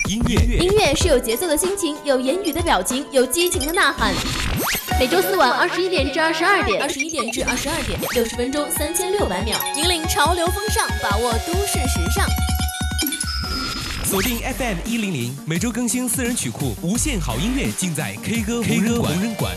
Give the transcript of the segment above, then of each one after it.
音乐是有节奏的心情，有言语的表情，有激情的呐喊。每周四晚21点至22点，21点至22点，60分钟3600秒，引领潮流风尚，把握都市时尚。 锁定 FM 100，每周更新私人曲库，无限好音乐尽在 K 歌红人馆。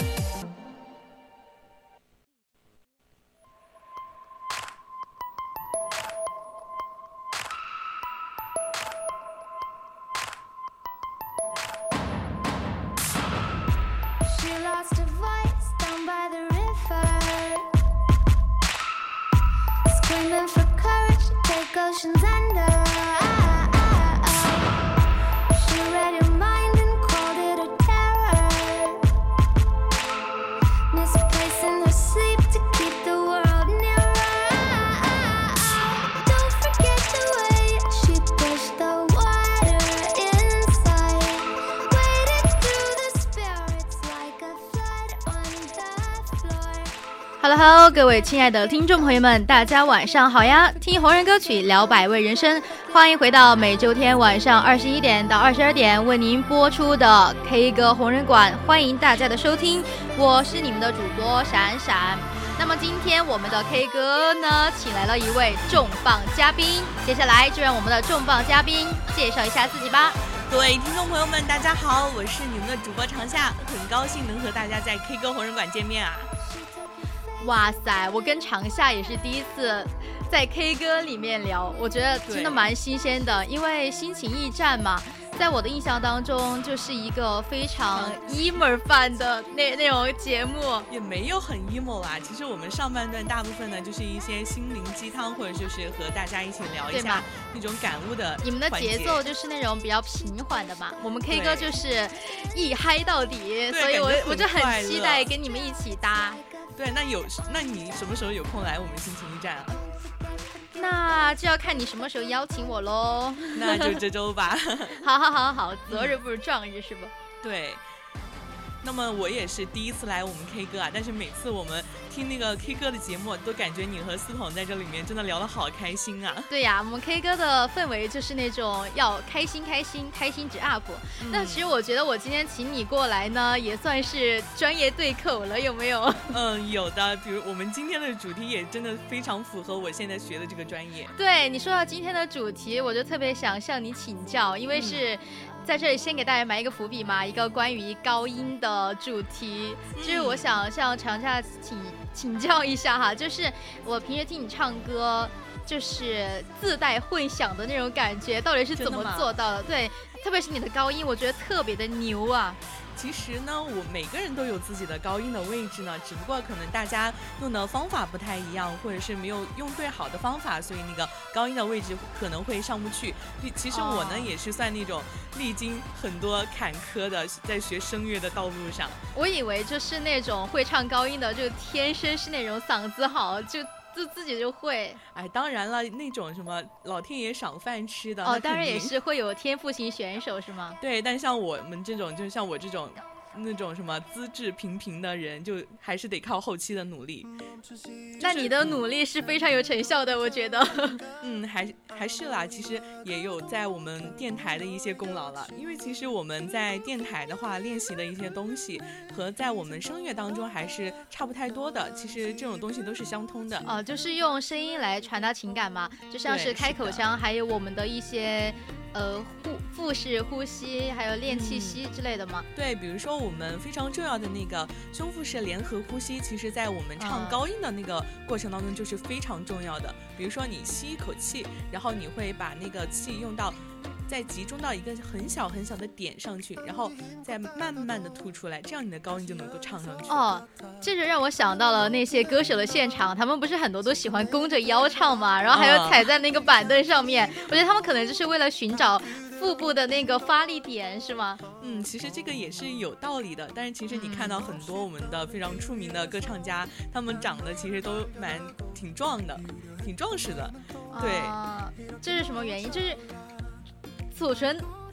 Hello， 各位亲爱的听众朋友们，大家晚上好呀！听红人歌曲，聊百味人生，欢迎回到每周天晚上21点到22点为您播出的 K 歌红人馆，欢迎大家的收听，我是你们的主播闪闪。那么今天我们的 K 歌呢，请来了一位重磅嘉宾，接下来就让我们的重磅嘉宾介绍一下自己吧。 各位听众朋友们，大家好，我是你们的主播长夏，很高兴能和大家在 K 歌红人馆见面啊。 哇塞，我跟长夏也是第一次在 K 歌里面聊，我觉得真的蛮新鲜的，因为心情驿站嘛，在我的印象当中就是一个非常 emo 范的那种节目， 也没有很 emo 啦。其实我们上半段大部分呢，就是一些心灵鸡汤，或者就是和大家一起聊一下那种感悟的。 你们的节奏就是那种比较平缓的嘛，我们 K 歌就是一嗨到底，所以我就很期待跟你们一起搭。 对，那你什么时候有空来我们心情驿站啊？ 那就要看你什么时候邀请我喽。 那就这周吧。 好，择日不如撞日，是不？ 对。那么我也是第一次来我们 K 歌啊，但是每次我们听那个 K 歌的节目，都感觉你和思彤在这里面真的聊得好开心啊。 对呀，我们 K 歌的氛围就是那种要开心值 up。那其实我觉得我今天请你过来呢，也算是专业对口了，有没有？ 有的，比如我们今天的主题也真的非常符合我现在学的这个专业。 对，你说到今天的主题，我就特别想向你请教，因为是在这里先给大家埋一个伏笔嘛，一个关于高音的主题，就是我想向长夏请教一下哈，就是我平时听你唱歌，就是自带混响的那种感觉，到底是怎么做到的？对，特别是你的高音，我觉得特别的牛啊。 其实呢，我每个人都有自己的高音的位置呢，只不过可能大家用的方法不太一样，或者是没有用对好的方法，所以那个高音的位置可能会上不去。其实我呢，也是算那种历经很多坎坷的，在学声乐的道路上。 我以为就是那种会唱高音的，就天生是那种嗓子好，就自己就会。 哎，当然了，那种什么老天爷赏饭吃的当然也是会有天赋型选手是吗？ 对，但像我们这种，就像我这种那种什么资质平平的人，就还是得靠后期的努力。 那你的努力是非常有成效的，我觉得。 还是啦，其实也有在我们电台的一些功劳了，因为其实我们在电台的话练习的一些东西和在我们声乐当中还是差不太多的，其实这种东西都是相通的。 就是用声音来传达情感嘛，就像是开口腔，还有我们的一些腹式呼吸，还有练气息之类的吗？ 对，比如说我们非常重要的那个胸腹式联合呼吸，其实在我们唱高音的那个过程当中就是非常重要的。比如说你吸一口气，然后你会把那个气用到再集中到一个很小很小的点上去，然后再慢慢的吐出来，这样你的高音就能够唱上去。 这就让我想到了那些歌手的现场，他们不是很多都喜欢弓着腰唱嘛，然后还有踩在那个板凳上面，我觉得他们可能就是为了寻找腹部的那个发力点，是吗？ 其实这个也是有道理的，但是其实你看到很多我们的非常出名的歌唱家，他们长得其实都挺壮的，挺壮实的。对， 这是什么原因？就是储存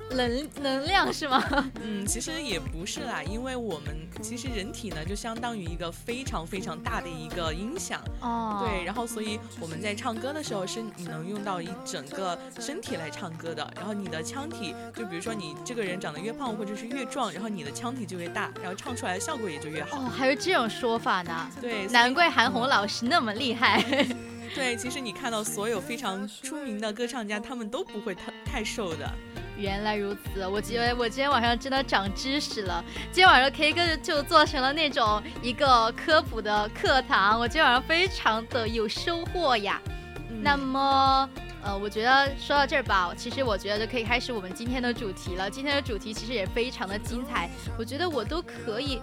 能量是吗？ 其实也不是啦，因为我们其实人体呢就相当于一个非常非常大的一个音响对，然后所以我们在唱歌的时候是你能用到一整个身体来唱歌的，然后你的腔体就比如说你这个人长得越胖或者是越壮，然后你的腔体就越大，然后唱出来的效果也就越好。 还有这种说法呢？ 对， 难怪韩红老师那么厉害。 对，其实你看到所有非常出名的歌唱家，他们都不会太瘦的。 原来如此，我觉得我今天晚上真的长知识了。今天晚上 K 歌就做成了那种一个科普的课堂，我今天晚上非常的有收获呀。那么我觉得说到这儿吧，其实我觉得就可以开始我们今天的主题了。今天的主题其实也非常的精彩，我觉得我都可以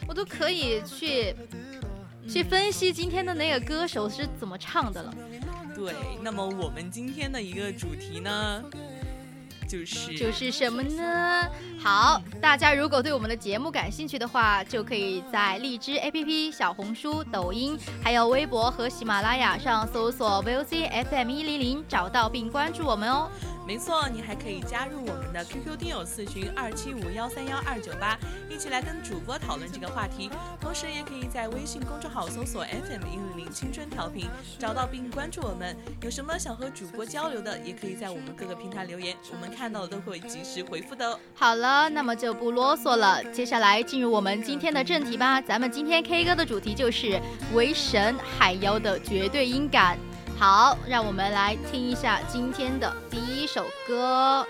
去分析今天的那个歌手是怎么唱的了。 对，那么我们今天的一个主题呢就是什么呢？好，大家如果对我们的节目感兴趣的话，就可以在荔枝 APP、小红书、抖音，还有微博和喜马拉雅上搜索 VOC FM100，找到并关注我们哦。 没错，你还可以加入我们的 QQ 听友四群275131298，一起来跟主播讨论这个话题。同时也可以在微信公众号搜索 FM100青春调频，找到并关注我们。有什么想和主播交流的，也可以在我们各个平台留言，我们看到的都会及时回复的哦。 好了，那么就不啰嗦了，接下来进入我们今天的正题吧。咱们今天 K 歌的主题就是为神海妖的绝对音感。好，让我们来听一下今天的第一首歌。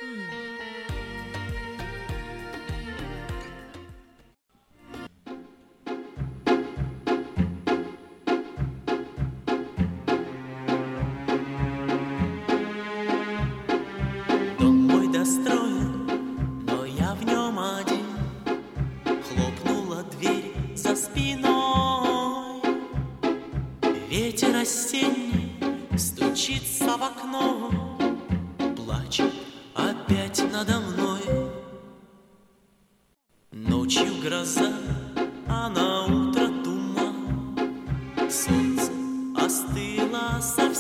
Стучится в окно, плачет опять надо мной. Ночью гроза, а на утро туман. Солнце остыло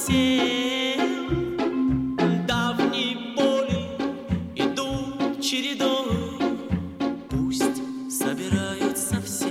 совсем. Давние боли идут чередой. Пусть собираются все.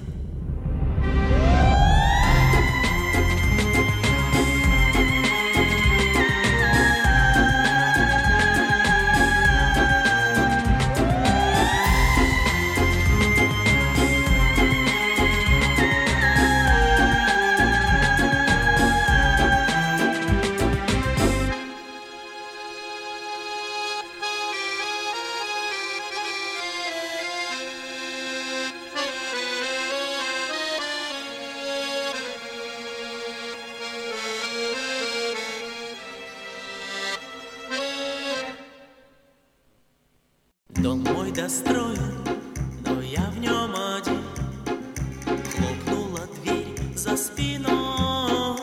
Дом мой достроен, но я в нем один. Хлопнула дверь за спиной.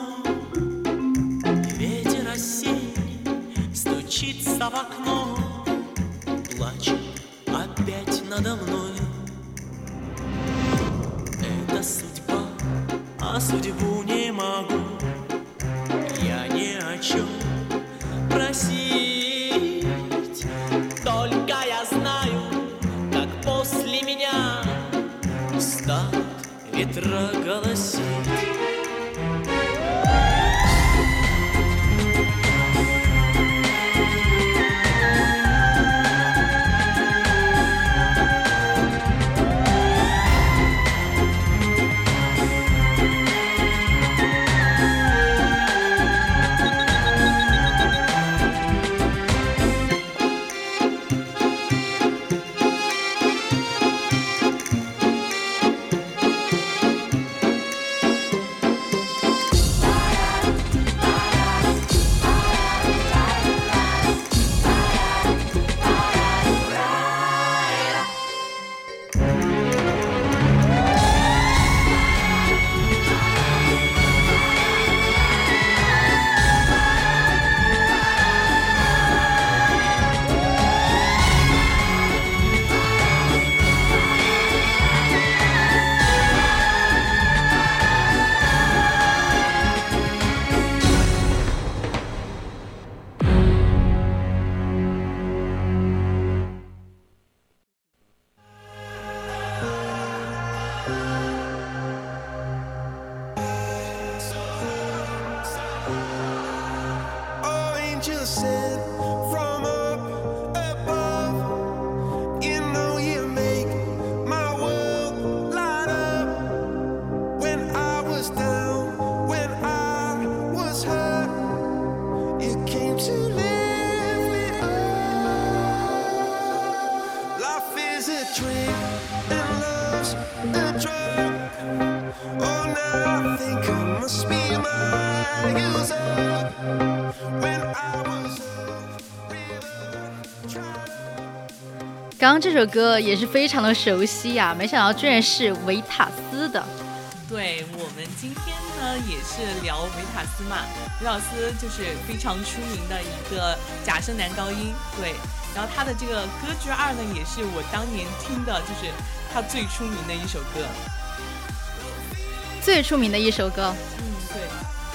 Ветер осенний стучится в окно, плачет опять надо мной. Это судьба, а судьбу не могу я ни о чем просить. Только я знаю, как после меня станут ветра голосить. 刚刚这首歌也是非常的熟悉啊，没想到居然是维塔斯的。 对，我们今天呢也是聊维塔斯嘛，维塔斯就是非常出名的一个假声男高音，对，然后他的这个歌剧2呢也是我当年听的，就是他最出名的一首歌， 最出名的一首歌。 对，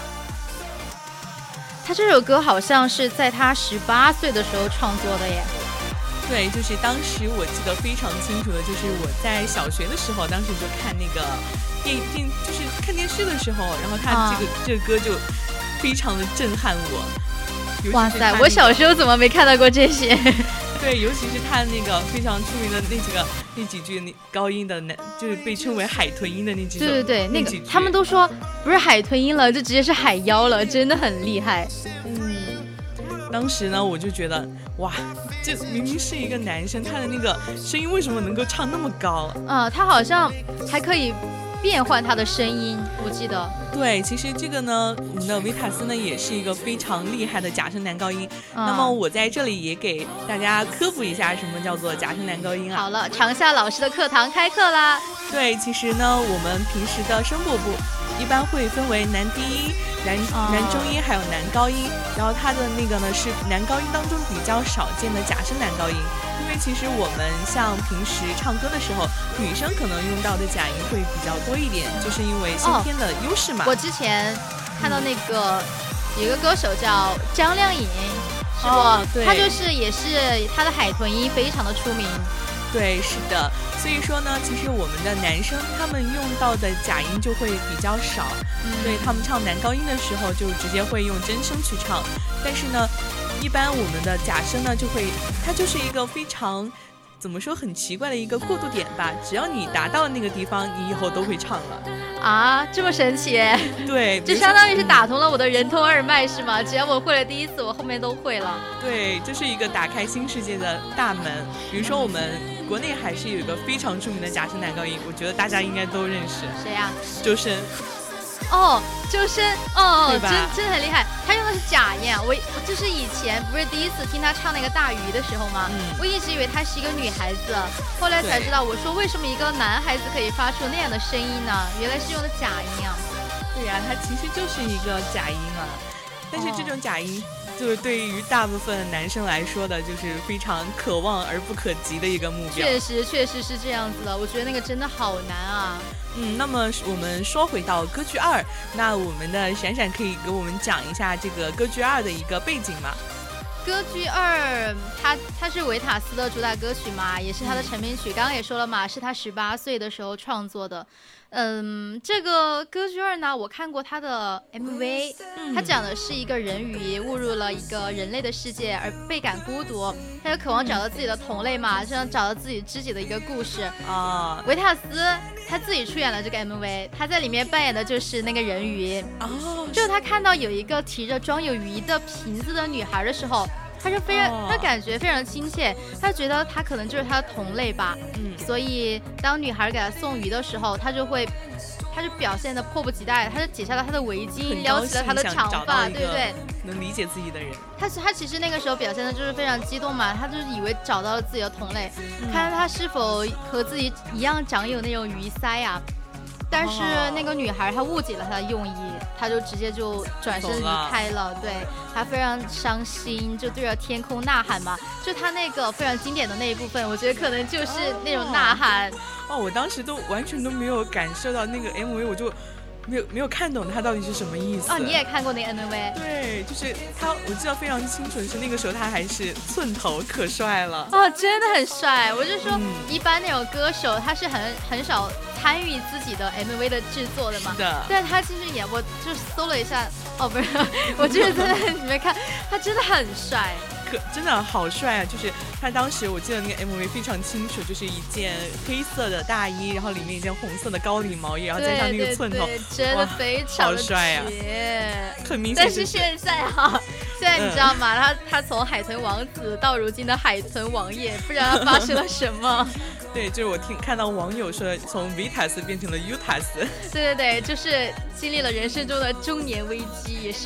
他这首歌好像是在他18岁的时候创作的耶。 对，就是当时我记得非常清楚的，就是我在小学的时候，当时就看那个就是看电视的时候，然后他这个歌就非常的震撼我。 哇塞，我小时候怎么没看到过这些？ 对，尤其是他那个非常出名的那几句高音的，就是被称为海豚音的那几首。 对对对，那个他们都说不是海豚音了，就直接是海妖了，真的很厉害。 当时呢，我就觉得哇，这明明是一个男生，他的那个声音为什么能够唱那么高？ 他好像还可以变换他的声音，我记得。 对，其实这个呢，我们的维塔斯呢也是一个非常厉害的假声男高音。那么我在这里也给大家科普一下，什么叫做假声男高音啊？ 好了，长夏老师的课堂开课啦。 对，其实呢，我们平时的声部一般会分为男低音、男中音还有男高音，然后它的那个呢是男高音当中比较少见的假声男高音。因为其实我们像平时唱歌的时候，女生可能用到的假音会比较多一点，就是因为先天的优势嘛。 我之前看到那个有一个歌手叫张靓颖，是不？ 对， 他就是也是他的海豚音非常的出名。 对，是的，所以说呢，其实我们的男生他们用到的假音就会比较少，对，他们唱男高音的时候就直接会用真声去唱，但是呢，一般我们的假声呢它就是一个非常怎么说很奇怪的一个过渡点吧，只要你达到了那个地方，你以后都会唱了。 啊，这么神奇？ 对， 就相当于是打通了我的人通二脉是吗？只要我会了第一次，我后面都会了。 对，这是一个打开新世界的大门。比如说我们国内还是有一个非常著名的假声男高音，我觉得大家应该都认识。 谁呀？ 周深。 周深，真的很厉害。他用的是假音啊，我就是以前不是第一次听他唱那个大鱼的时候吗？我一直以为他是一个女孩子，后来才知道，我说为什么一个男孩子可以发出那样的声音呢？原来是用的假音啊。 对呀，他其实就是一个假音啊，但是这种假音就是对于大部分男生来说的，就是非常可望而不可及的一个目标。 确实是这样子的，我觉得那个真的好难啊。 那么我们说回到歌剧2，那我们的闪闪可以给我们讲一下这个歌剧2的一个背景吗？ 歌剧2，它是维塔斯的主打歌曲嘛，也是他的成名曲。刚刚也说了嘛，是他18岁的时候创作的。这个歌剧2呢，我看过他的 MV，他讲的是一个人鱼误入了一个人类的世界而倍感孤独，他就渴望找到自己的同类嘛，这样找到自己知己的一个故事啊。维塔斯他自己出演了这个 MV， 他在里面扮演的就是那个人鱼。就是他看到有一个提着装有鱼的瓶子的女孩的时候，他就他感觉非常亲切，他觉得他可能就是他的同类吧。所以当女孩给他送鱼的时候，他就表现的迫不及待，他就解下了他的围巾，撩起了他的长发，对不对？ 能理解自己的人。 他其实那个时候表现的就是非常激动嘛，他就是以为找到了自己的同类，看他是否和自己一样长有那种鱼鳃啊。但是那个女孩她误解了他的用意，她就直接就转身离开了。对，她非常伤心，就对着天空呐喊嘛。就她那个非常经典的那一部分，我觉得可能就是那种呐喊。 我当时都完全都没有感受到那个 MV， 我就没有看懂他到底是什么意思。 你也看过那个 MV？ 对，就是他，我记得非常清楚的是那个时候他还是寸头，可帅了。 真的很帅。我就说，一般那种歌手他是很少参与自己的 MV 的制作的嘛。 是的。 但他其实我就搜了一下，不是，我就是在里面看，他真的很帅。 真的好帅啊！就是他当时我记得那个 MV 非常清楚，就是一件黑色的大衣，然后里面一件红色的高领毛衣，然后加上那个寸头， 真的非常的好帅啊！很明显。 但是现在你知道吗？他从海豚王子到如今的海豚王爷，不知道他发生了什么。 对，就是我看到网友说，从维塔斯变成了尤塔斯。 对，就是经历了人生中的中年危机，也是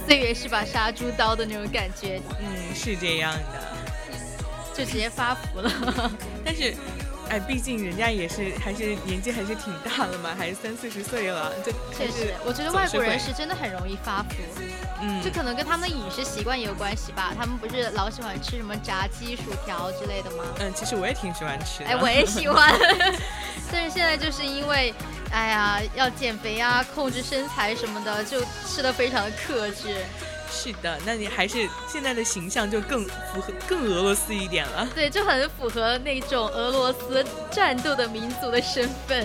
岁月是把杀猪刀的那种感觉， 是这样的， 就直接发福了。 但是毕竟人家也是还是年纪还是挺大了嘛，还是30-40岁了，就确实，我觉得外国人是真的很容易发福。这可能跟他们的饮食习惯也有关系吧。他们不是老喜欢吃什么炸鸡、薯条之类的吗？ 其实我也挺喜欢吃的。 我也喜欢。但是现在就是因为，要减肥啊，控制身材什么的，就吃得非常的克制。 是的，那你还是现在的形象就更符合、更俄罗斯一点了。 对，就很符合那种俄罗斯战斗的民族的身份。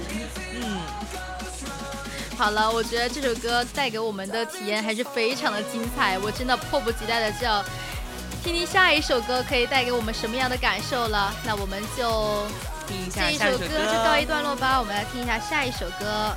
好了，我觉得这首歌带给我们的体验还是非常的精彩，我真的迫不及待的就要听听下一首歌可以带给我们什么样的感受了。那我们就听一下这一首歌就告一段落吧，我们来听一下下一首歌。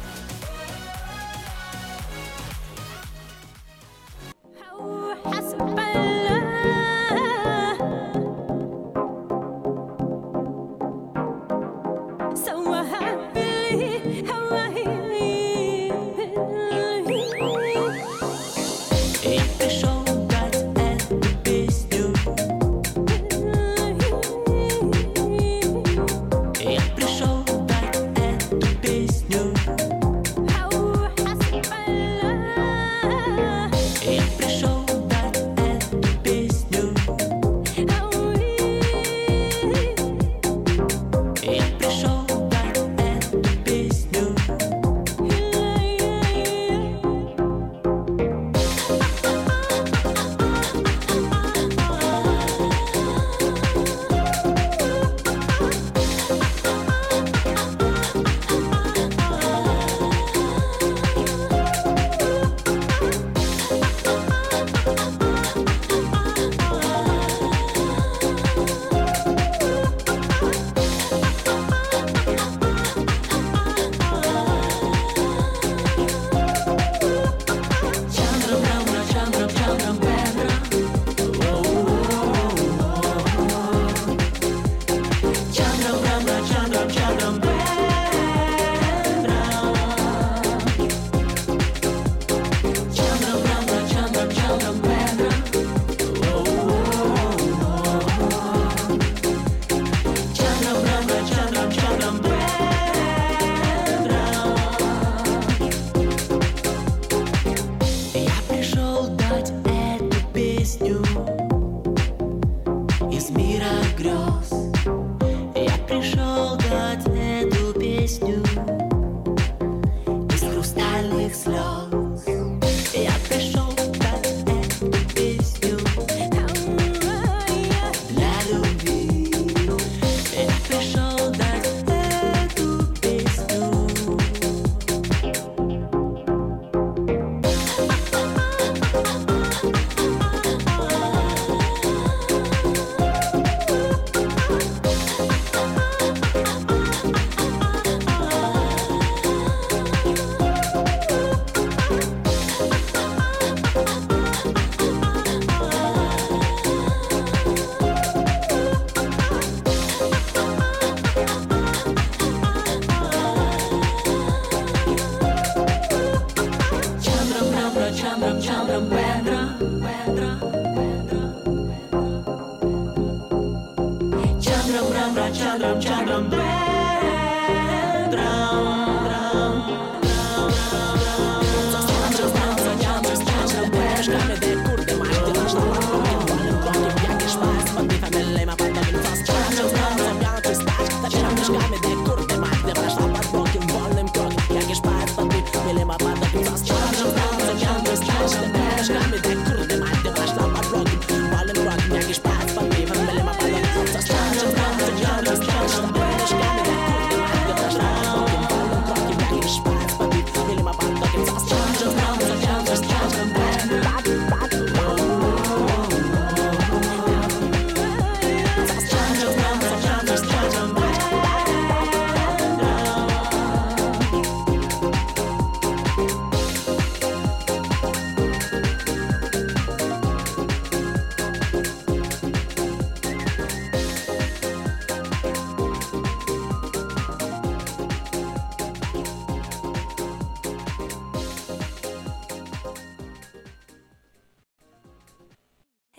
Let's go.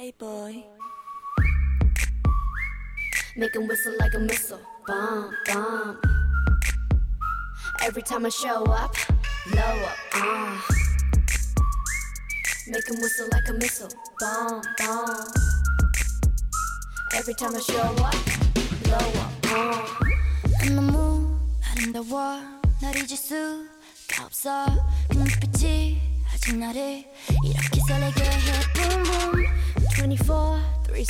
Hey boy. Make 'em whistle like a missile, bomb, bomb. Every time I show up, blow up, Make 'em whistle like a missile, bomb, bomb. Every time I show up, blow up, 너무 아름다워 날 잊을 수가 없어 그 눈빛이 아직 나를 이렇게 설레게 해 Boom boom 24,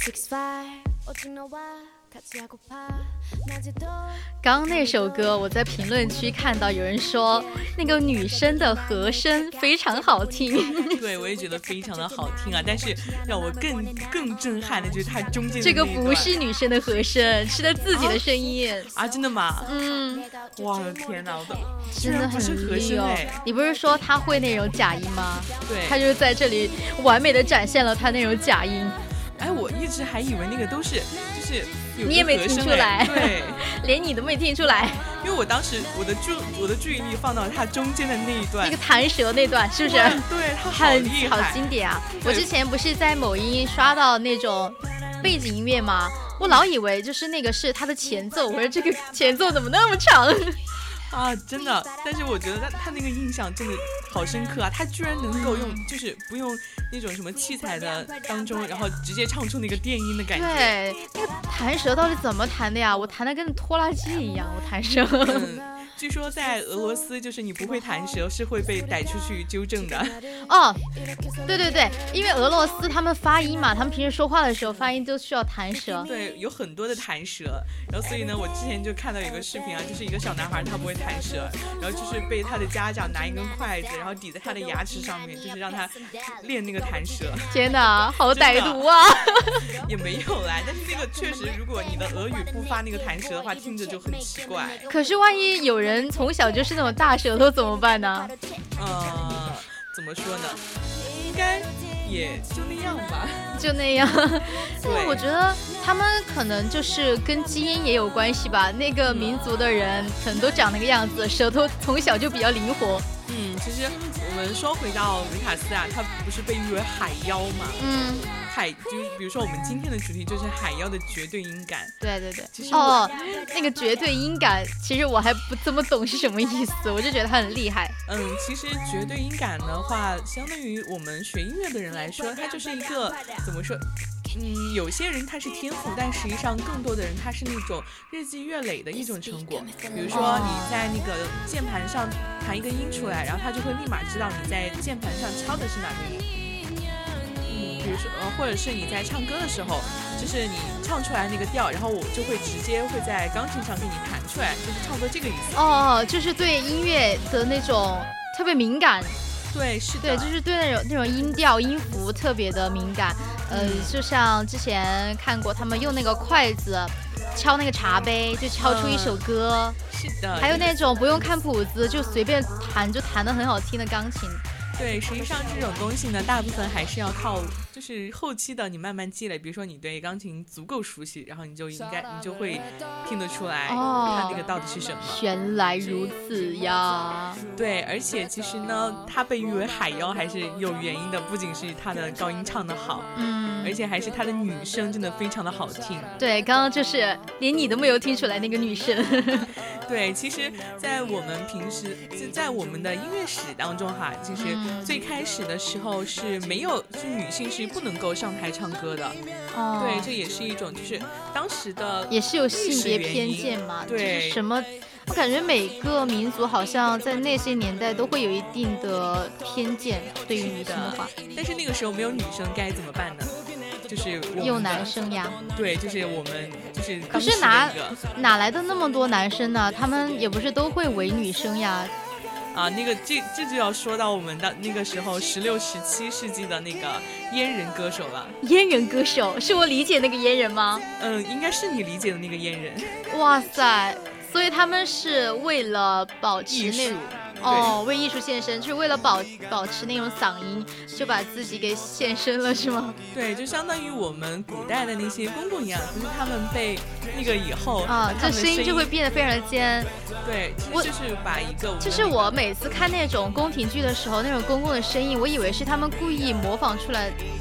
365 오직 너와 같이 하고파 낮에도 刚刚那首歌，我在评论区看到有人说那个女生的和声非常好听。 对，我也觉得非常的好听啊。但是让我更震撼的就是它中间的这个不是女生的和声，是她自己的声音啊！真的吗？哇，天哪，我的真的很厉害哦！ 你不是说她会那种假音吗？ 对， 她就是在这里完美的展现了她那种假音。 哎，我一直还以为那个都是就是你也没听出来， 对， 连你都没听出来。 因为我当时我的注意力放到它中间的那一段， 那个弹舌那段，是不是？ 对，它好厉害， 好经典啊！我之前不是在某音刷到那种背景音乐吗？我老以为就是那个是它的前奏，我说这个前奏怎么那么长？ 啊，真的，但是我觉得他那个印象真的好深刻啊！他居然能够用，就是不用那种什么器材的当中，然后直接唱出那个电音的感觉。 对，那个弹舌到底怎么弹的呀？我弹的跟拖拉机一样，我弹舌。 据说在俄罗斯，就是你不会弹舌是会被逮出去纠正的。 哦，对对对，因为俄罗斯他们发音嘛，他们平时说话的时候发音都需要弹舌。 对，有很多的弹舌，然后所以呢，我之前就看到有个视频啊，就是一个小男孩他不会弹舌，然后就是被他的家长拿一根筷子，然后抵在他的牙齿上面，就是让他练那个弹舌。 天哪，好歹毒啊！ 也没有啦，但是那个确实，如果你的俄语不发那个弹舌的话，听着就很奇怪。 可是万一有人从小就是那种大舌头怎么办呢？ 怎么说呢？应该也就那样吧， 就那样。但是我觉得他们可能就是跟基因也有关系吧。那个民族的人可能都长那个样子，舌头从小就比较灵活。 其实我们说回到维卡斯啊，他不是被誉为海妖嘛？就比如说我们今天的主题就是海妖的绝对音感。 对对对， 其实那个绝对音感，其实我还不这么懂是什么意思，我就觉得他很厉害。 其实绝对音感的话，相对于我们学音乐的人来说，它就是一个怎么说？有些人他是天赋，但实际上更多的人他是那种日积月累的一种成果。比如说你在那个键盘上弹一个音出来，然后他就会立马知道你在键盘上敲的是哪个音。比如说或者是你在唱歌的时候，就是你唱出来那个调，然后我就会直接会在钢琴上给你弹出来，就是差不多这个意思。 就是对音乐的那种特别敏感。 对，是的， 对，就是对那种音调音符特别的敏感。就像之前看过他们用那个筷子敲那个茶杯，就敲出一首歌。 是的， 还有那种不用看谱子就随便弹就弹得很好听的钢琴。 对，实际上这种东西呢，大部分还是要靠就是后期的你慢慢积累。比如说你对钢琴足够熟悉，然后你就会听得出来它那个到底是什么。 原来如此呀！ 对，而且其实呢，它被誉为海妖还是有原因的，不仅是它的高音唱得好，而且还是它的女声真的非常的好听。 对，刚刚就是连你都没有听出来那个女声。 对，其实在我们平时在我们的音乐史当中哈，其实最开始的时候是没有，是女性是不能够上台唱歌的。对，这也是一种就是当时的也是有性别偏见嘛。 对， 就是什么，我感觉每个民族好像在那些年代都会有一定的偏见对于女性的话。 但是那个时候没有女生该怎么办呢？就是用男生呀。 对，就是我们就是可是哪来的那么多男生呢？他们也不是都会伪女生呀。 那个这就要说到我们的那个时候16、17世纪的那个阉人歌手了。 阉人歌手是我理解那个阉人吗？ 应该是你理解的那个阉人。 哇塞，所以他们是为了保持那为艺术献身，就是为了保持那种嗓音，就把自己给献身了，是吗？ 对，就相当于我们古代的那些公公一样，就是他们被那个以后这声音就会变得非常的尖。 对，就是把一个就是我每次看那种宫廷剧的时候，那种公公的声音，我以为是他们故意模仿出来。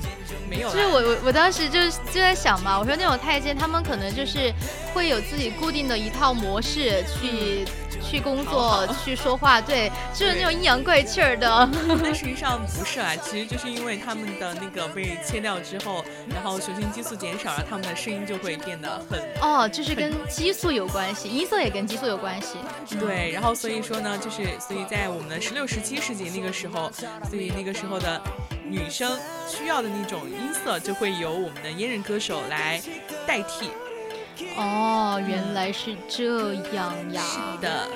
没有啦。 就是我当时就在想嘛，我说那种太监他们可能就是会有自己固定的一套模式去工作去说话，对，就是那种阴阳怪气儿的。 但实际上不是啦，其实就是因为他们的那个被切掉之后，然后雄性激素减少了，他们的声音就会变得很就是跟激素有关系，音色也跟激素有关系。 对，然后所以说呢，所以在我们的16、17世纪那个时候，所以那个时候的女生需要的那种音色就会由我们的阉人歌手来代替。 原来是这样呀。 是的。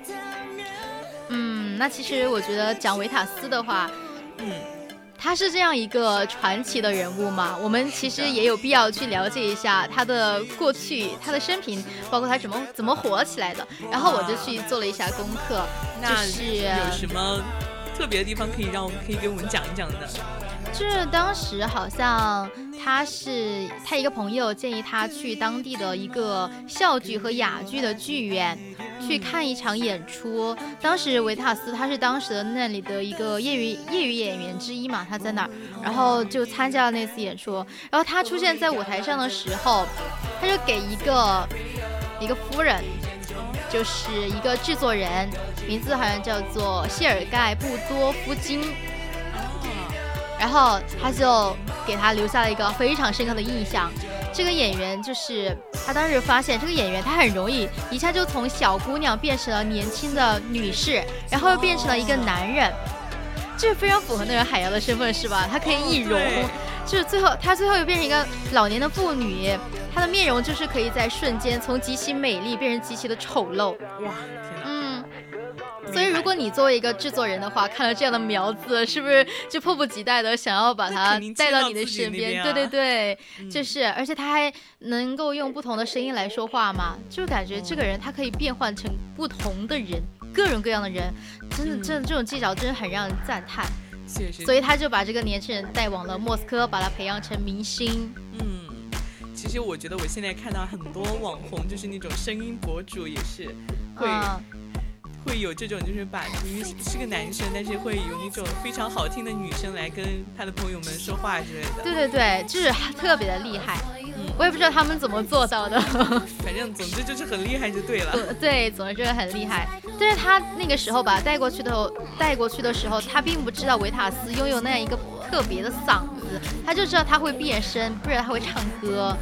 那其实我觉得讲维塔斯的话，他是这样一个传奇的人物嘛，我们其实也有必要去了解一下他的过去，他的生平，包括他怎么火起来的。然后我就去做了一下功课，就是有什么特别的地方可以给我们讲一讲的？ 就是当时好像他一个朋友建议他去当地的一个校剧和哑剧的剧院去看一场演出。当时维塔斯他是当时的那里的一个业余演员之一嘛，他在那儿，然后就参加了那次演出。然后他出现在舞台上的时候，他就给一个夫人，就是一个制作人，名字好像叫做谢尔盖布多夫金。然后他就给他留下了一个非常深刻的印象。这个演员就是他当时发现这个演员他很容易一下就从小姑娘变成了年轻的女士，然后又变成了一个男人，这非常符合那个海妖的身份是吧？他可以易容，就是他最后又变成一个老年的妇女，她的面容就是可以在瞬间从极其美丽变成极其的丑陋。 哇，天哪！ 所以如果你作为一个制作人的话，看了这样的苗子，是不是就迫不及待的想要把他带到你的身边？对，就是而且他还能够用不同的声音来说话嘛，就感觉这个人他可以变换成不同的人，各种各样的人，真的这种技巧真的很让人赞叹。所以他就把这个年轻人带往了莫斯科，把他培养成明星。 其实我觉得我现在看到很多网红，就是那种声音博主也是会有这种，就是把明明是个男生，但是会有那种非常好听的女生来跟他的朋友们说话之类的。对， 就是特别的厉害。我也不知道他们怎么做到的。 反正总之就是很厉害就对了。 对，总之就是很厉害。但是他那个时候把带过去的时候，他并不知道维塔斯拥有那样一个特别的嗓子，他就知道他会变声，不知道他会唱歌。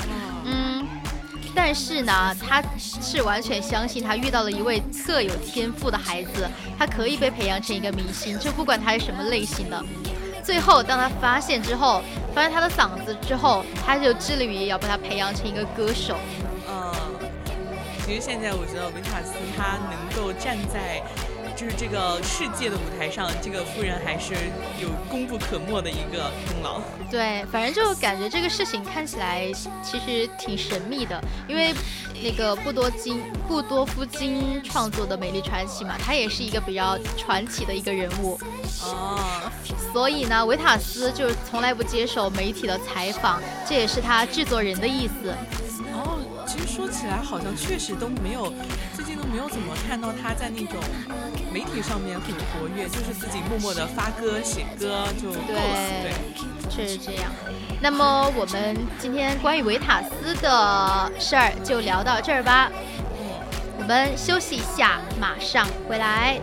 但是呢，他是完全相信他遇到了一位特有天赋的孩子，他可以被培养成一个明星，就不管他是什么类型的。最后当他发现他的嗓子之后，他就致力于要把他培养成一个歌手。 其实现在我觉得维塔斯他能够站在就是这个世界的舞台上，这个夫人还是有功不可没的一个功劳。 对，反正就感觉这个事情看起来其实挺神秘的，因为那个布多夫金创作的《美丽传奇》嘛，他也是一个比较传奇的一个人物。所以呢，维塔斯就从来不接受媒体的采访，这也是他制作人的意思。 其实说起来好像确实最近都没有怎么看到他在那种媒体上面很活跃，就是自己默默的发歌写歌就够了。对， 确实这样。那么我们今天关于维塔斯的事儿就聊到这儿吧。我们休息一下，马上回来。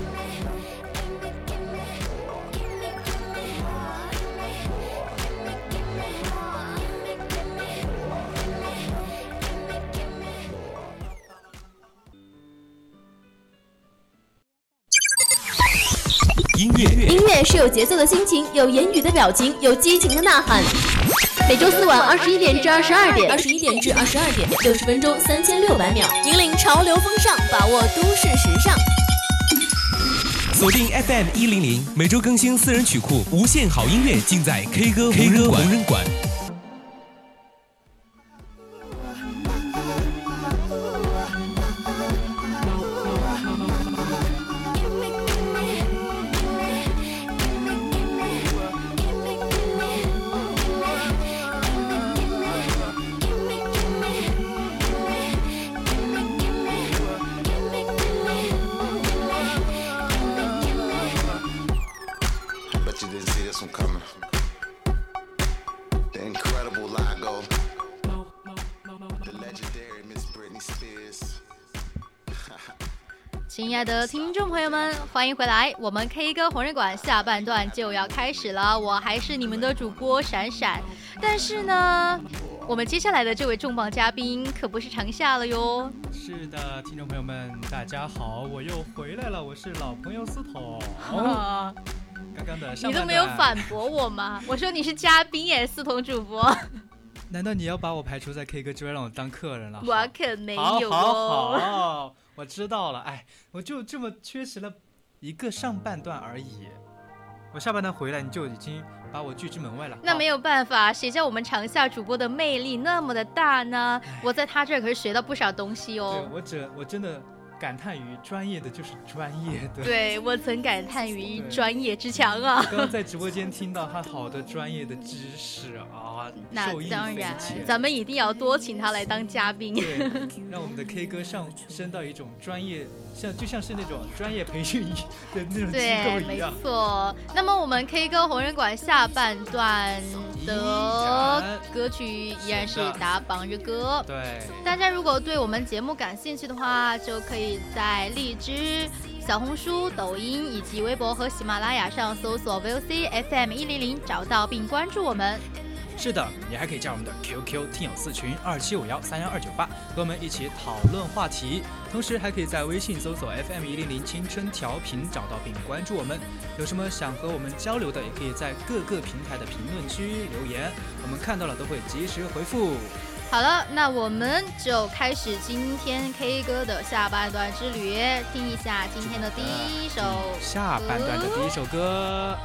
音乐是有节奏的心情，有言语的表情，有激情的呐喊。每周4晚21点至22点，21点至22点，60分钟3600秒，引领潮流风尚，把握都市时尚。 锁定 FM 100，每周更新私人曲库，无限好音乐尽在 K 歌无人馆。 亲爱的听众朋友们，欢迎回来，我们 K 歌红人馆下半段就要开始了，我还是你们的主播闪闪。但是呢，我们接下来的这位重磅嘉宾可不是常下了哟。 是的，听众朋友们，大家好，我又回来了，我是老朋友司彤。刚刚的上半段你都没有反驳我吗？我说你是嘉宾耶，司彤主播。 难道你要把我排除在 K 歌之外，让我当客人了？ 我可没有哦。 好，我知道了。哎，我就这么缺席了一个上半段而已。我下半段回来，你就已经把我拒之门外了。 那没有办法，谁叫我们长夏主播的魅力那么的大呢？我在他这儿可是学到不少东西哦。 对，我真的感叹于专业的就是专业的。 对，我曾感叹于专业之强啊。 刚刚在直播间听到他好的专业的知识啊， 那受益当然匪浅， 咱们一定要多请他来当嘉宾。 对，让我们的 K 歌上升到一种专业，就像是那种专业培训的那种机构一样。 对，没错。那么我们 K 歌红人馆下半段的歌曲依然是打榜热歌。 对， 大家如果对我们节目感兴趣的话，就可以在荔枝、小红书、抖音以及微博和喜马拉雅上搜索 VOC FM 100，找到并关注我们。 是的，你还可以加我们的 QQ 听友4群2751-31298，和我们一起讨论话题。同时还可以在微信搜索 FM 100青春调频，找到并关注我们。有什么想和我们交流的，也可以在各个平台的评论区留言，我们看到了都会及时回复。 好了，那我们就开始今天 K 歌的下半段之旅，听一下今天的第一首下半段的第一首歌。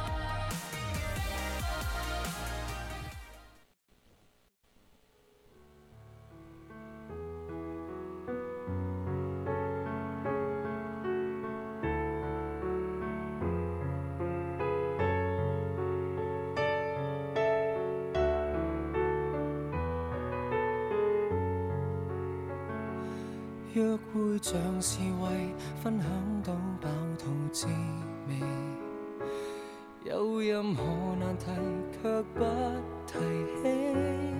約會像是為分享到飽肚滋味，有任何難題卻不提起。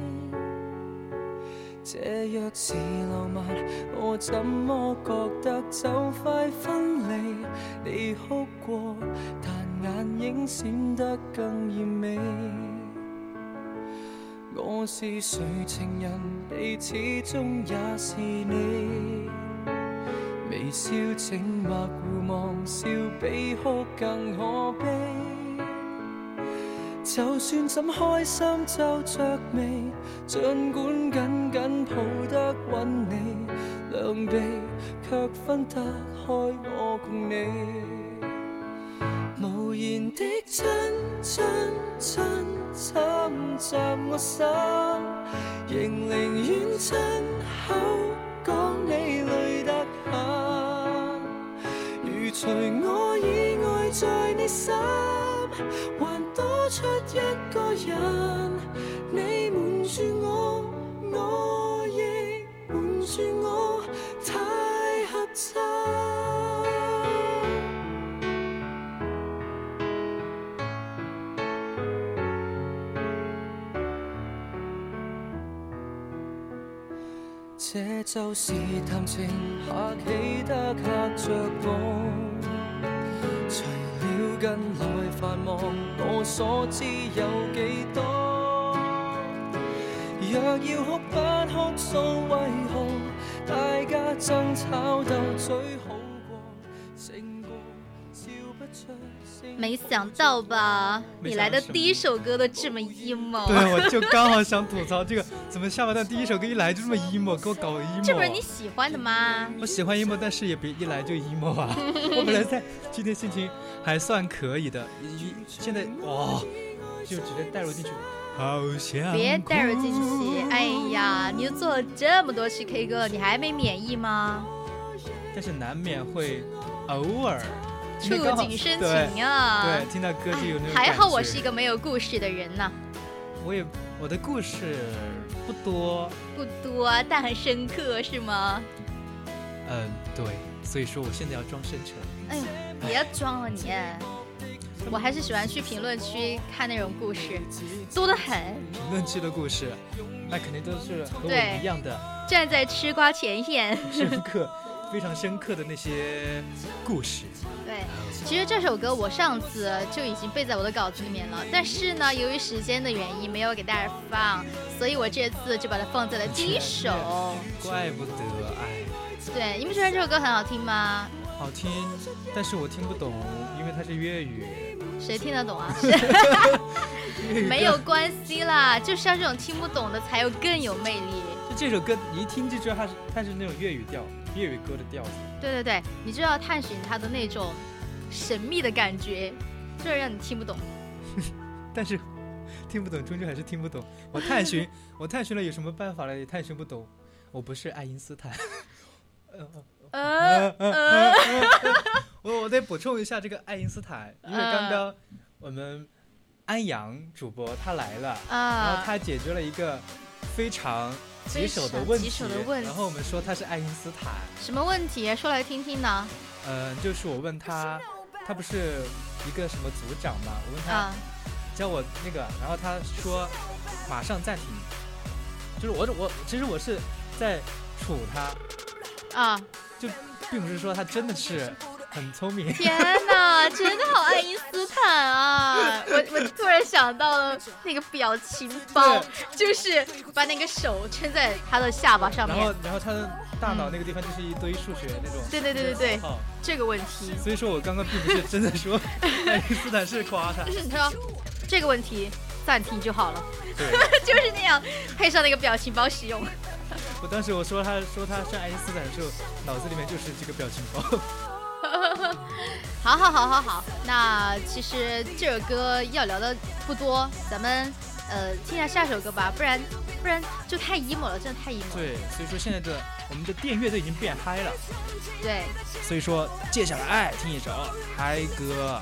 這若是浪漫，我怎麼覺得就快分離？你哭過，但眼影閃得更豔美。我是誰情人，你始終也是你。微笑靜默互望，笑比哭更可悲。就算怎開心皺着眉，儘管緊緊抱得穩你，兩臂卻分得開我共你。無言的親親親侵襲我心，仍寧願親口講你累得很。如除我以外在你心，還多出一個人，你瞞住我，我亦瞞住我，太合襯。這就是談情客氣得嚇着我，除了近來繁忙，我所知有幾多？若要哭不哭訴，為何大家爭吵到最好過？勝過笑不出。 沒想到吧，你來的第一首歌都這麼 emo。 對，我就剛好想吐槽這個，怎麼下半段第一首歌一來就這麼 emo，給我搞 emo。 這不是你喜歡的嗎？ 我喜歡 emo，但是也別一來就 emo 啊。我本來在今天心情還算可以的，現在哇，就直接帶入進去。好想別帶入進去，哎呀，你都做了這麼多期 K 歌了，你還沒免疫嗎？ 但是難免會偶爾觸景生情啊。 對，聽到歌就有那種感覺。 還好我是一個沒有故事的人吶。 我的故事不多， 但很深刻，是嗎？ 對，所以說我現在要裝深沉。 哎呦，別裝了你。我還是喜歡去評論區看那種故事，多得很。 評論區的故事，那肯定都是和我一樣的， 站在吃瓜前線， 深刻非常深刻的那些故事。 对，其实这首歌我上次就已经背在我的稿子里面了，但是呢，由于时间的原因没有给大家放，所以我这次就把它放在了第一首。 怪不得，哎。 对，你们觉得这首歌很好听吗？ 好听，但是我听不懂，因为它是粤语。 谁听得懂啊？没有关系啦，就像这种听不懂的才有更有魅力。 就这首歌，你一听就知道它是那种粤语歌的调子。 对对对，你就要探寻它的那种神秘的感觉，就是让你听不懂。 但是听不懂，终究还是听不懂。我探寻了，有什么办法了？也探寻不懂。我不是爱因斯坦。我得补充一下这个爱因斯坦，因为刚刚我们安阳主播他来了，然后他解决了一个非常棘手的问题，然后我们说他是爱因斯坦。 什么问题？说来听听呢？ 就是我问他不是一个什么组长嘛，我问他教我那个，然后他说马上暂停，就是其实我是在处他就并不是说他真的是很聪明。 天哪，真的好爱因斯坦啊！我突然想到了那个表情包，就是把那个手撑在他的下巴上面， 然后他的大脑那个地方就是一堆数学那种。 对，这个问题。 所以说我刚刚并不是真的说爱因斯坦是夸他， 就是你说这个问题暂停就好了， 对， 就是那样，配上那个表情包使用。 我当时我说他是爱因斯坦的时候，脑子里面就是这个表情包。 好，那其实这首歌要聊的不多，咱们听一下下首歌吧，不然就太 emo 了，真的太 emo 了。 对，所以说现在我们的电乐都已经变嗨了。 对， 所以说接下来听一首嗨歌。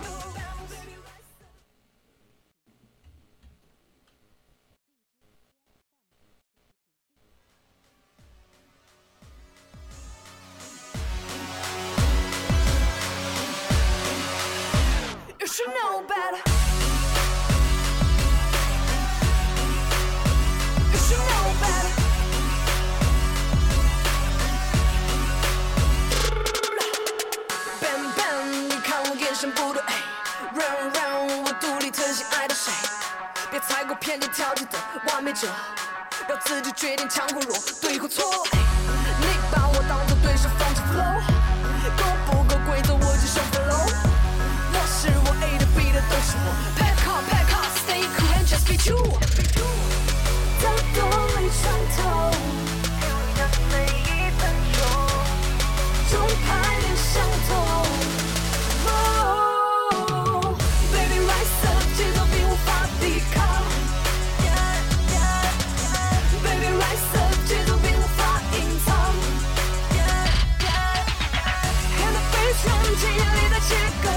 You should know better. You should know better. Bang bang， 你看我眼神不对 ，Round round， 我独立特性爱的谁？别太过偏见挑剔的完美者，要自己决定强或弱，对或错。你把我当作对手，放弃 flow， 够不够规则我接受 flow。是我 A 的 B 的都是我 Pack up Stay cool and just be true 在躲里穿透每一分钟总排练相同 oh, Baby rise up 节奏并无法抵抗 Baby rise up 节奏并无法隐藏 And the bass drum 记忆里的结构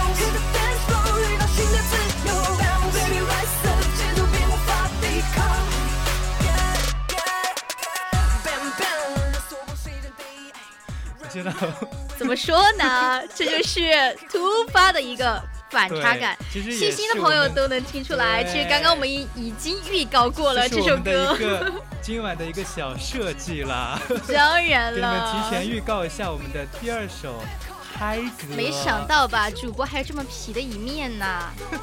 怎么说呢？这就是突发的一个反差感，细心的朋友都能听出来。其实刚刚我们已经预告过了这首歌， 今晚的一个小设计啦。 当然了， 给你们提前预告一下我们的第二首嗨歌。 没想到吧，主播还有这么皮的一面呢。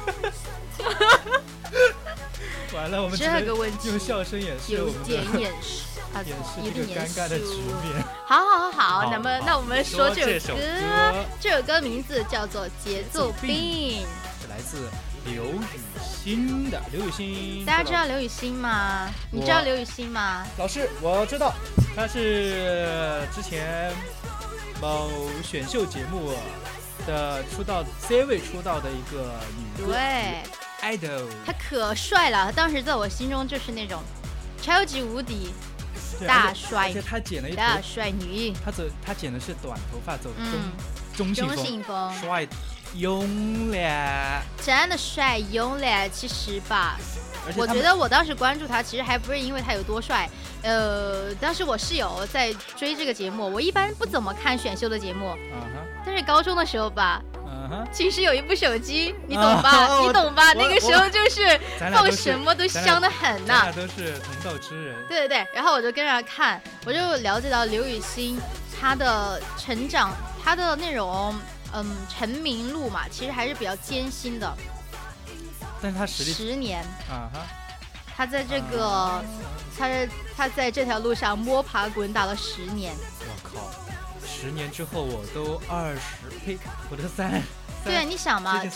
完了，我们这个问题用笑声掩饰我们的掩饰这个尴尬的局面。 好，那我们说这首歌，这首歌名字叫做《节奏病》， 是来自刘雨欣的。刘雨欣， 大家知道刘雨欣吗？你知道刘雨欣吗？ 老师，我知道，她是之前某选秀节目的C 位出道的一个女歌， 对 idol， 她可帅了，她当时在我心中就是那种超级无敌大帅， 而且他剪了一大帅女， 他剪的是短头发，走中性风， 帅慵懒， 真的帅慵懒。其实吧，我觉得我当时关注他，其实还不是因为他有多帅。当时我室友在追这个节目，我一般不怎么看选秀的节目，但是高中的时候吧。其实有一部手机，你懂吧？你懂吧？那个时候就是放什么都香得很呐。 咱俩都是同道之人。 对，然后我就跟着看，我就了解到刘雨欣， 他的成长，他的那种成名路嘛，其实还是比较艰辛的。 但是他实力 10年啊哈， 他在这个他在这条路上摸爬滚打了10年。 我靠，10年之后我都20，呸，我都3。 对，你想嘛，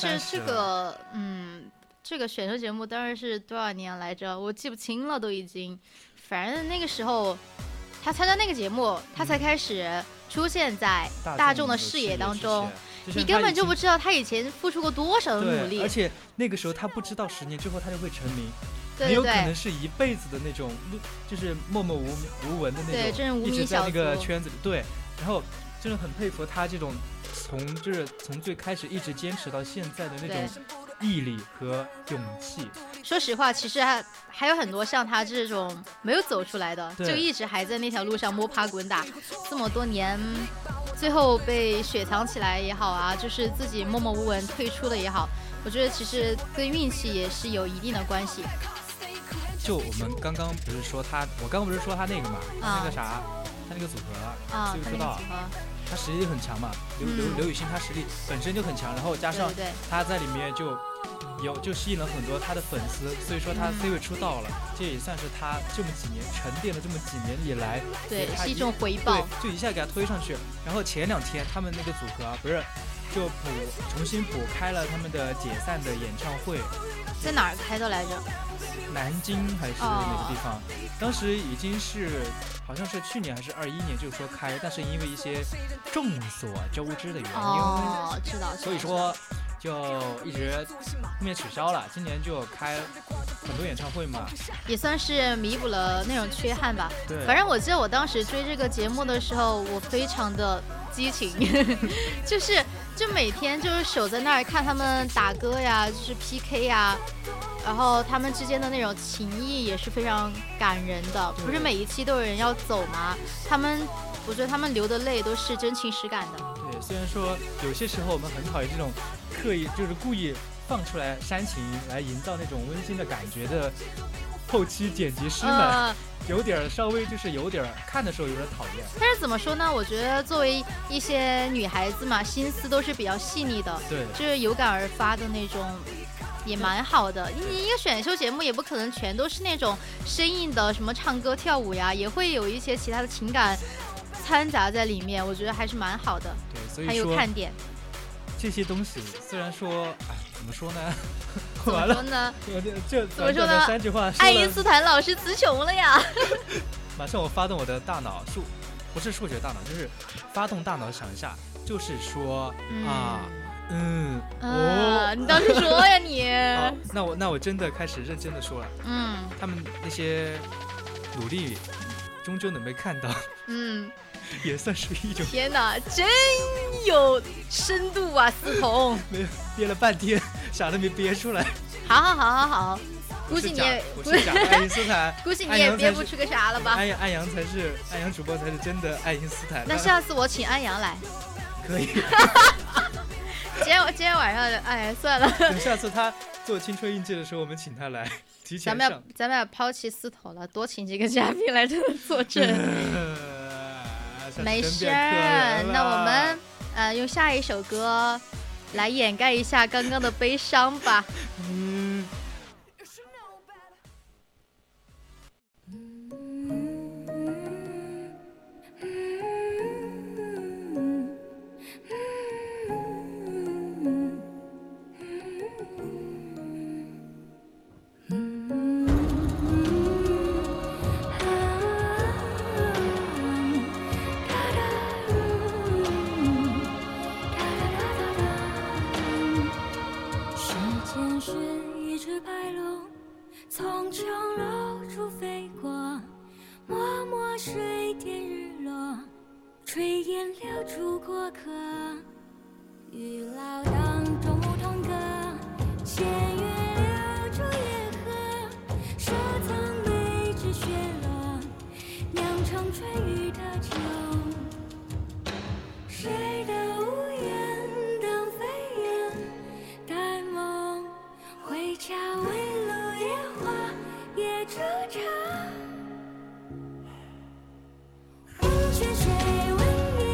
这个选秀节目当然是多少年来着，我记不清了都已经。反正那个时候，他参加那个节目，他才开始出现在大众的视野当中。你根本就不知道他以前付出过多少的努力。 而且那个时候他不知道10年之后他就会成名。 对， 你有可能是一辈子的那种，就是默默无闻的那种， 对，真是无名小卒， 一直在那个圈子里。对，然后真的很佩服他这种从最开始一直坚持到现在的那种毅力和勇气。 说实话，其实还有很多像他这种没有走出来的，就一直还在那条路上摸爬滚打这么多年，最后被雪藏起来也好啊，就是自己默默无闻退出的也好，我觉得其实跟运气也是有一定的关系。 就我们刚刚不是说他，我刚刚不是说他那个嘛，那个啥，他那个组合啊，就说到他实力很强嘛，刘雨昕他实力本身就很强，然后加上他在里面就吸引了很多他的粉丝，所以说他 C 位出道了，这也算是他这么几年沉淀了这么几年以来， 对，是一种回报， 就一下给他推上去。然后前2天他们那个组合不是就重新补开了他们的解散的演唱会， 在哪儿开的来着？ 南京还是哪个地方？当时已经是好像是去年还是21年就说开，但是因为一些众所周知的原因， 知道， 所以说就一直后面取消了。今年就开很多演唱会嘛， 也算是弥补了那种缺憾吧。 对， 反正我记得我当时追这个节目的时候，我非常的激情，就每天就是守在那儿看他们打歌呀，就是 PK 呀。然后他们之间的那种情谊也是非常感人的，不是每一期都有人要走吗？我觉得他们流的泪都是真情实感的。 对，虽然说有些时候我们很讨厌这种刻意就是故意放出来煽情来营造那种温馨的感觉的后期剪辑师们，稍微就是有点看的时候有点讨厌。 但是怎么说呢？我觉得作为一些女孩子嘛，心思都是比较细腻的， 对， 就是有感而发的那种。也蛮好的，你一个选秀节目也不可能全都是那种生硬的什么唱歌跳舞呀，也会有一些其他的情感掺杂在里面，我觉得还是蛮好的。 对，所以还有看点。 这些东西虽然说，怎么说呢？ 怎么说呢？ 怎么说呢？3句话， 爱因斯坦老师词穷了呀！ 马上我发动我的大脑不是数学大脑，就是发动大脑想一下，就是说你当时说呀你。 好，那我真的开始认真的说了。他们那些努力终究能被看到。也算是一种。 天哪，真有深度啊，思彤。 没有，憋了半天，啥都没憋出来。 好，估计你也我是假爱因斯坦， 估计你也憋不出个啥了吧？ 安阳主播才是真的爱因斯坦。 那下次我请安阳来。 可以。 今天晚上，算了。 等下次他做青春印记的时候，我们请他来提前上。 咱们要抛弃司头了，多请几个嘉宾来这坐镇。没事，那我们用下一首歌来掩盖一下刚刚的悲伤吧。 从琼楼处飞过，默默水点日落，炊烟留住过客。玉老当中梧桐歌，闲月留住夜河。收藏梅枝雪落，酿成春雨的酒。谁的屋檐灯飞远，待梦回家为路野花也驻场。问泉水问月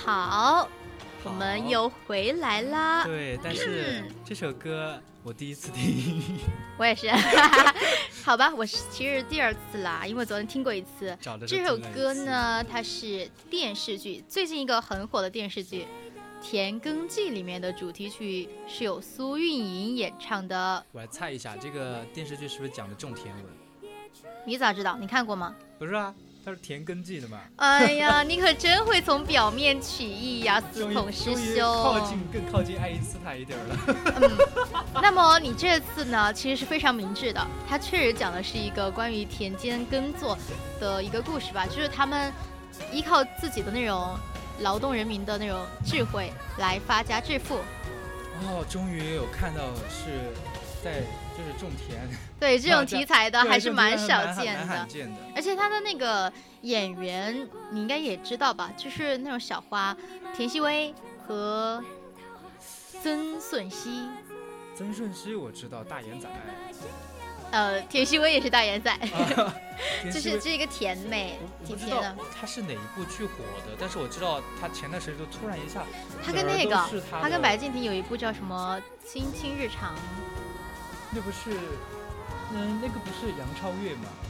好，我们又回来啦。 对，但是这首歌我第一次听。 我也是。好吧，我其实第二次啦，因为昨天听过一次。这首歌呢，它是电视剧，最近一个很火的电视剧《田耕记》里面的主题曲，是由苏运莹演唱的。 我来猜一下，这个电视剧是不是讲的种田文？ 你咋知道？你看过吗？ 不是啊，它是田耕记的嘛。 哎呀，你可真会从表面取义呀，司统师兄。 更靠近爱因斯坦一点了。 那么你这次呢，其实是非常明智的。它确实讲的是一个关于田间耕作的一个故事吧，就是他们依靠自己的那种劳动人民的那种智慧来发家致富。 哦，终于有看到是在就是种田。 对，这种题材的还是蛮少见的。 而且他的那个演员你应该也知道吧，就是那种小花，田曦薇和曾舜晞。 曾舜晞我知道，大眼仔。 田曦薇也是大眼仔。就是这个甜美，挺甜的。 他是哪一部剧火的？但是我知道他前段时间就突然一下， 他跟那个他跟白敬亭有一部叫什么《亲亲日常》。 那不是，那个不是杨超越吗？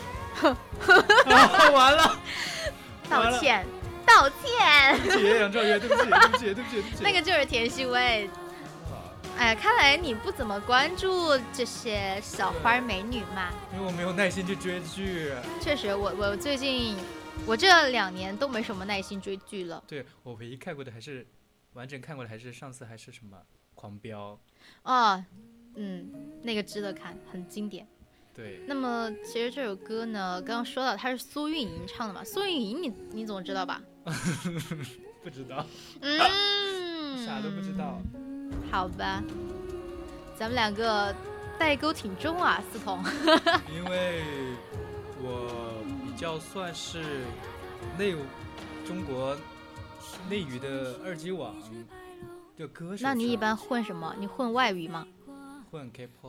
完了， 道歉。 对不起，杨超越，对不起。 那个就是田曦薇。哎，看来你不怎么关注这些小花美女嘛？ 因为我没有耐心去追剧。 确实，我最近我这2年都没什么耐心追剧了。 对，我唯一看过的还是完整看过的还是上次还是什么《狂飙》 哦。那个值得看，很经典。 对。 那么其实这首歌呢，刚刚说到它是苏运莹唱的嘛？苏运莹你总知道吧？ 不知道。啥都不知道。 好吧，咱们2个代沟挺重啊，司统。 因为我比较算是中国内娱的2级网的歌手。 那你一般混什么？你混外语吗？ 混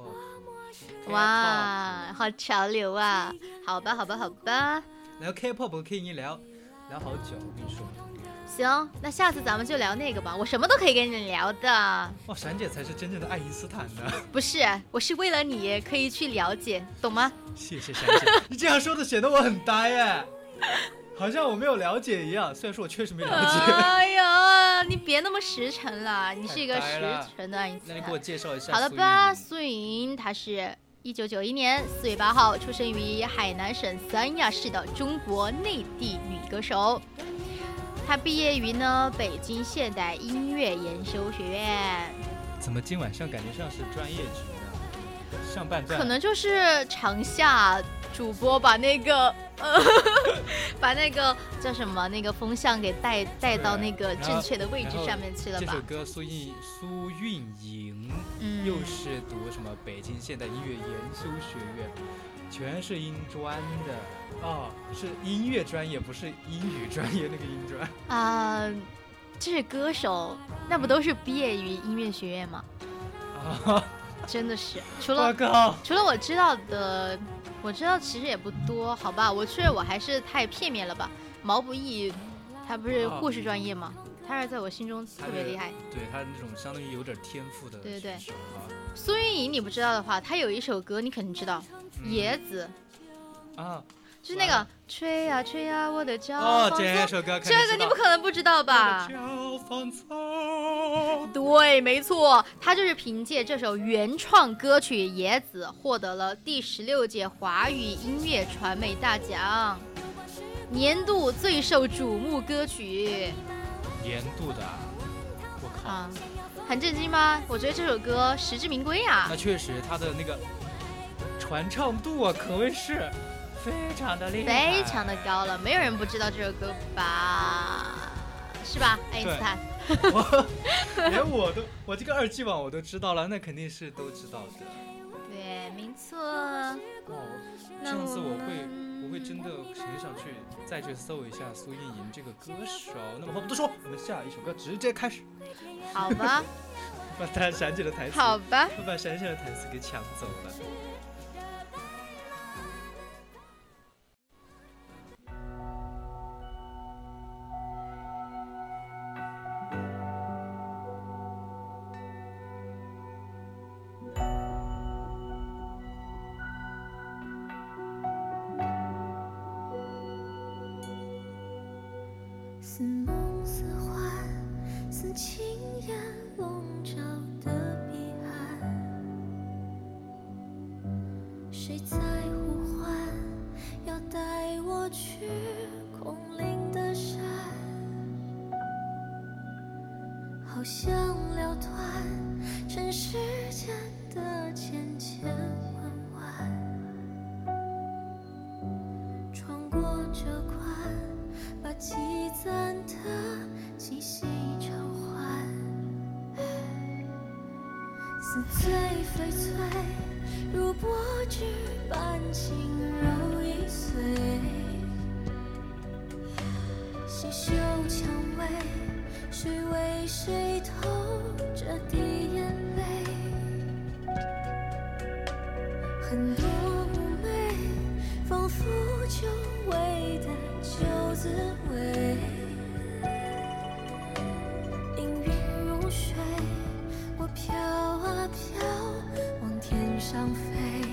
K-pop。 哇，好潮流啊！好吧。 然后 K-pop 可以聊好久，我跟你说。 行，那下次咱们就聊那个吧，我什么都可以跟你聊的。 哇，闪姐才是真正的爱因斯坦呢。 不是，我是为了你可以去了解，懂吗？ 谢谢闪姐，你这样说的显得我很呆哎，好像我没有了解一样。虽然说我确实没了解。 哎呀，你别那么实诚了，你是一个实诚的爱因斯坦。 那你给我介绍一下。 好了吧，苏运莹她是1991年4月8号出生于海南省三亚市的中国内地女歌手。她毕业于北京现代音乐研修学院。 怎么今晚上感觉像是专业局呢？上半段可能就是场下主播把那个把那个叫什么那个风向给带到那个正确的位置上面去了吧。 这首歌苏运莹又是读什么北京现代音乐研修学院，全是音专的。是音乐专业，不是英语专业那个音专。 这是歌手，那不都是毕业于音乐学院吗？真的是，除了我知道的，我知道其实也不多，好吧？我还是太片面了吧？毛不易，他不是护士专业吗？他是在我心中特别厉害。 对，他那种相当于有点天赋的。 对。苏运莹你不知道的话，他有一首歌你肯定知道，《野子》就是那个吹呀吹呀我的脚放纵。这个你不可能不知道吧？对，没错，他就是凭借这首原创歌曲《野子》获得了第16届华语音乐传媒大奖年度最受瞩目歌曲。 年度的，我靠， 很震惊吗？我觉得这首歌实至名归啊。 那确实，他的那个传唱度啊，可谓是非常的厉害， 非常的高了，没有人不知道这首歌吧？是吧，爱因斯坦？ 连我这个2级网我都知道了，那肯定是都知道的。 对，没错。 这样子我会真的很想去再去搜一下苏运莹这个歌手。那么话不多说，我们下一首歌直接开始。 好吧。 把他闪姐的台词。 好吧。 我把闪姐的台词给抢走了。 似梦似幻，似青烟笼罩的彼岸，谁在呼唤，要带我去空灵的山，好想了断尘世间的千千万万，穿过这关，把积攒的气息偿还，似醉非醉，如薄纸般轻柔易碎，细嗅蔷薇，谁为谁透着滴眼泪，很多妩媚，仿佛久违的旧滋味，氤氲如水，我飘啊飘，往天上飞，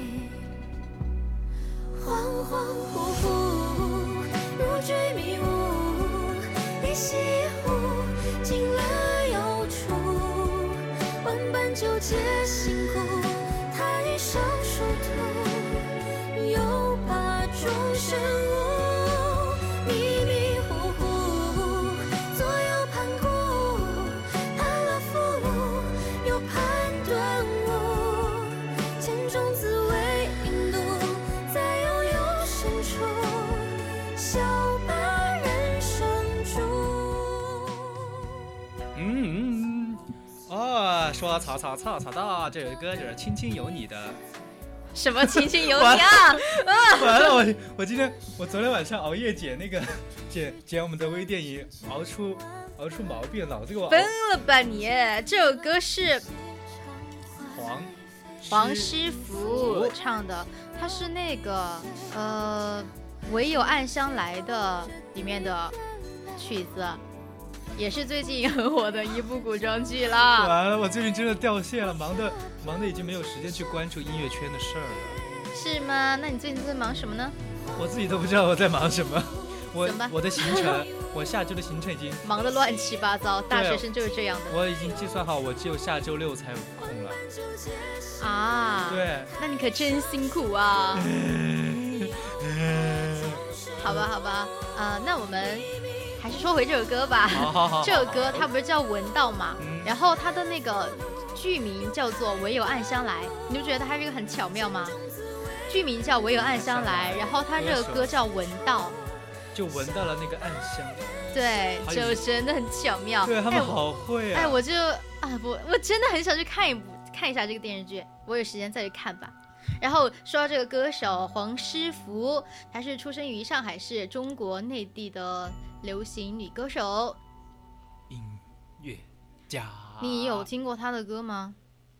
恍恍惚惚，如坠迷雾，一西湖，进了又出，万般纠结辛苦，太上殊途，又怕众生无，迷迷糊糊，左右盘顾，盼了俘虏，又盼顿悟，千种滋味引渡，在悠悠深处，笑把人生住。 说到草到这首歌就是轻轻有你的。 什么情情有你啊？ 完了，我昨天晚上熬夜剪那个剪我们的微电影，熬出毛病，脑子给我疯了吧你！这首歌是黄诗福唱的，他是那个唯有暗香来的里面的曲子，也是最近很火的一部古装剧啦。 完了，我最近真的掉线了，忙的已经没有时间去关注音乐圈的事儿了。 是吗？那你最近在忙什么呢？ 我自己都不知道我在忙什么。我的行程，我下周的行程已经忙得乱七八糟，大学生就是这样的。 我已经计算好，我只有下周6才有空了。 啊，对，那你可真辛苦啊。好吧，那我们还是说回这首歌吧。好。这首歌它不是叫《闻道》嘛，然后它的那个剧名叫做《唯有暗香来》，你不觉得它这个很巧妙吗？剧名叫《唯有暗香来》，然后它这个歌叫《闻道》， 就闻到了那个暗香。 对，就真的很巧妙。 对，他们好会啊！ 我真的很想去看一下这个电视剧，我有时间再去看吧。然后说到这个歌手黄诗福，她是出生于上海市，中国内地的流行女歌手、 音乐家。 你有听过她的歌吗？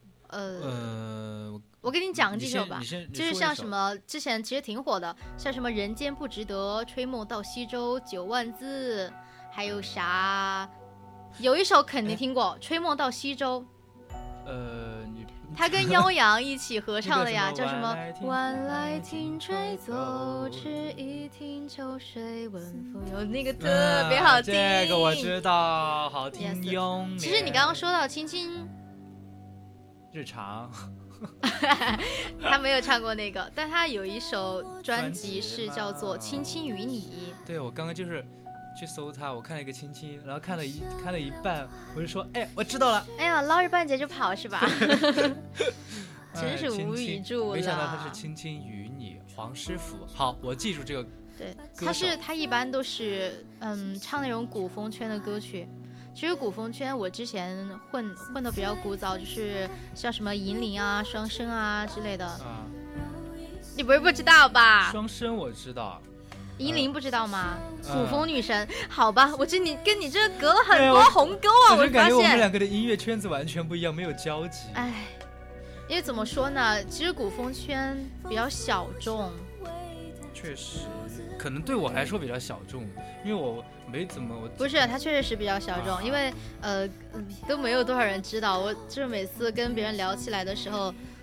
我跟你讲几首吧，就是像什么之前其实挺火的，像什么人间不值得、吹梦到西周、9万字，还有啥？有一首肯定听过，吹梦到西周。他跟妖阳一起合唱的呀，叫什么？晚来听吹奏，迟一听秋水闻风有，那个特别好听。 这个我知道，好听用。 其实你刚刚说到青青日常， 他没有唱过那个，但他有一首专辑是叫做《青青与你》。 对，我刚刚就是去搜他，我看了一个青青，然后看了一半，我就说，我知道了。 哎呀，捞着半截就跑是吧？真是无语住了。 没想到他是青青与你，黄诗福。好，我记住这个。 对，他一般都是唱那种古风圈的歌曲。其实古风圈我之前混的比较古早，就是像什么银铃啊、双生啊之类的。你不是不知道吧？ 双生我知道。 银铃不知道吗？古风女神，好吧，我跟你这隔了很多鸿沟啊！ 我就感觉我们两个的音乐圈子完全不一样，没有交集。 哎，因为怎么说呢？其实古风圈比较小众。 确实，可能对我来说比较小众，因为我没怎么不是，它确实是比较小众，因为都没有多少人知道。我就是每次跟别人聊起来的时候，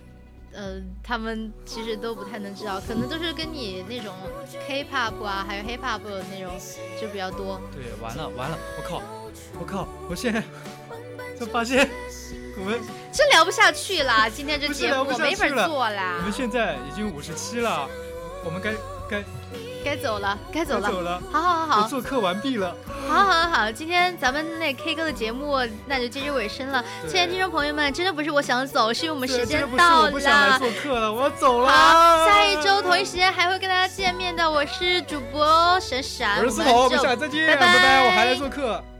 他们其实都不太能知道，可能都是跟你那种 K-pop 啊，还有 hip-hop 那种就比较多。 对，完了，我靠，我现在就发现我们真聊不下去啦，今天这节目没法做啦。 我们现在已经57了，我们该走了，好，我做客完毕了。 好，今天咱们那 K 歌的节目那就接近尾声了。亲爱的听众朋友们，真的不是我想走，是因为我们时间到了。 我不想来做客了，我要走了。 好，下一周同一时间还会跟大家见面的，我是主播闪闪， 我是思彤，我们下次再见，拜拜，我还来做客。